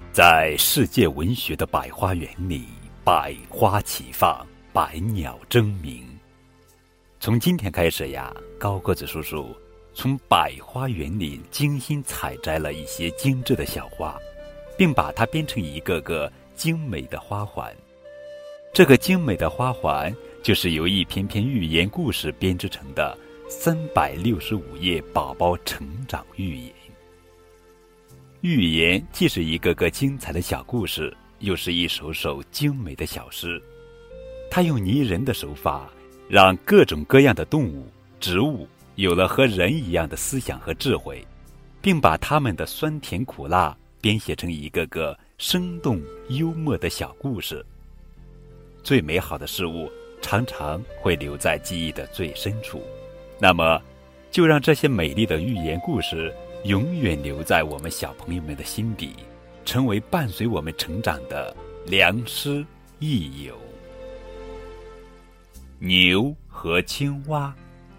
在世界文学的百花园里，百花齐放，百鸟争鸣。从今天开始呀，高个子叔叔从百花园里精心采摘了一些精致的小花，并把它编成一个个精美的花环。这个精美的花环就是由一篇篇寓言故事编织成的365页宝宝成长寓言。寓言既是一个个精彩的小故事，又是一首首精美的小诗。它用拟人的手法，让各种各样的动物、植物有了和人一样的思想和智慧，并把它们的酸甜苦辣编写成一个个生动幽默的小故事。最美好的事物常常会留在记忆的最深处，那么就让这些美丽的寓言故事永远留在我们小朋友们的心底，成为伴随我们成长的良师益友。牛和青蛙。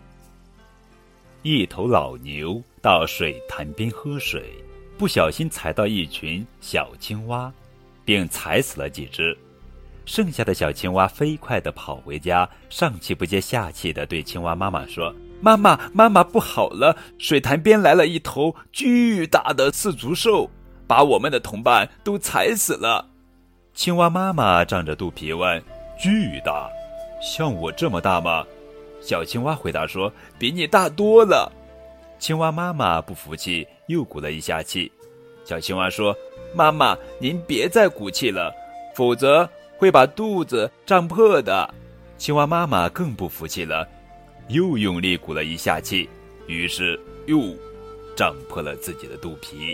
一头老牛到水潭边喝水，不小心踩到一群小青蛙，并踩死了几只。剩下的小青蛙飞快地跑回家，上气不接下气地对青蛙妈妈说：妈妈，不好了，水潭边来了一头巨大的四足兽，把我们的同伴都踩死了。青蛙妈妈胀着肚皮问：巨大？像我这么大吗？小青蛙回答说：比你大多了。青蛙妈妈不服气，又鼓了一下气。小青蛙说：妈妈，您别再鼓气了，否则会把肚子胀破的。青蛙妈妈更不服气了，又用力鼓了一下气，于是又胀破了自己的肚皮。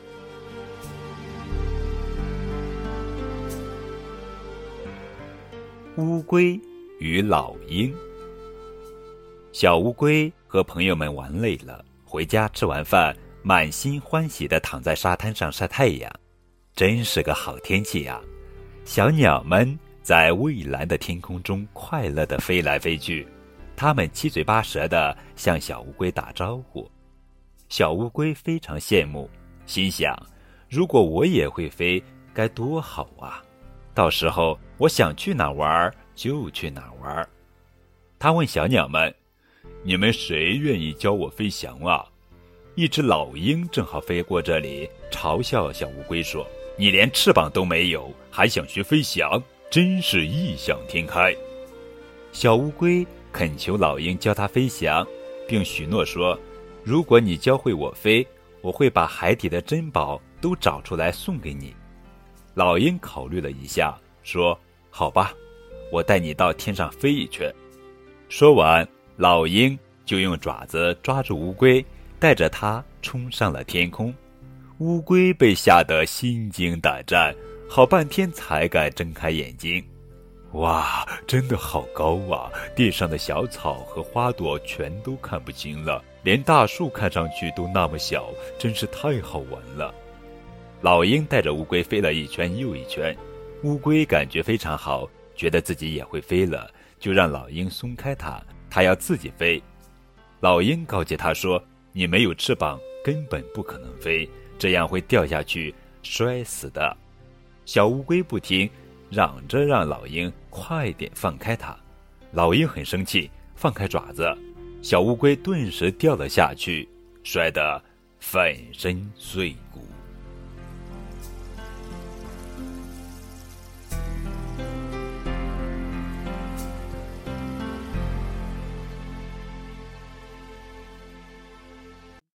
乌龟与老鹰。小乌龟和朋友们玩累了，回家吃完饭，满心欢喜地躺在沙滩上晒太阳。真是个好天气呀！小鸟们在蔚蓝的天空中快乐地飞来飞去，它们七嘴八舌地向小乌龟打招呼。小乌龟非常羡慕，心想：如果我也会飞，该多好啊！到时候我想去哪玩就去哪玩。他问小鸟们：你们谁愿意教我飞翔啊？一只老鹰正好飞过这里，嘲笑小乌龟说：你连翅膀都没有，还想学飞翔，真是异想天开。小乌龟恳求老鹰教它飞翔，并许诺说：如果你教会我飞，我会把海底的珍宝都找出来送给你。老鹰考虑了一下，说：好吧，我带你到天上飞一圈。说完，老鹰就用爪子抓住乌龟，带着它冲上了天空。乌龟被吓得心惊胆战，好半天才敢睁开眼睛。哇，真的好高啊！地上的小草和花朵全都看不清了，连大树看上去都那么小，真是太好玩了。老鹰带着乌龟飞了一圈又一圈，乌龟感觉非常好，觉得自己也会飞了，就让老鹰松开它，它要自己飞。老鹰告诫它说：你没有翅膀，根本不可能飞，这样会掉下去摔死的。小乌龟不听，嚷着让老鹰快点放开它。老鹰很生气，放开爪子，小乌龟顿时掉了下去，摔得粉身碎骨。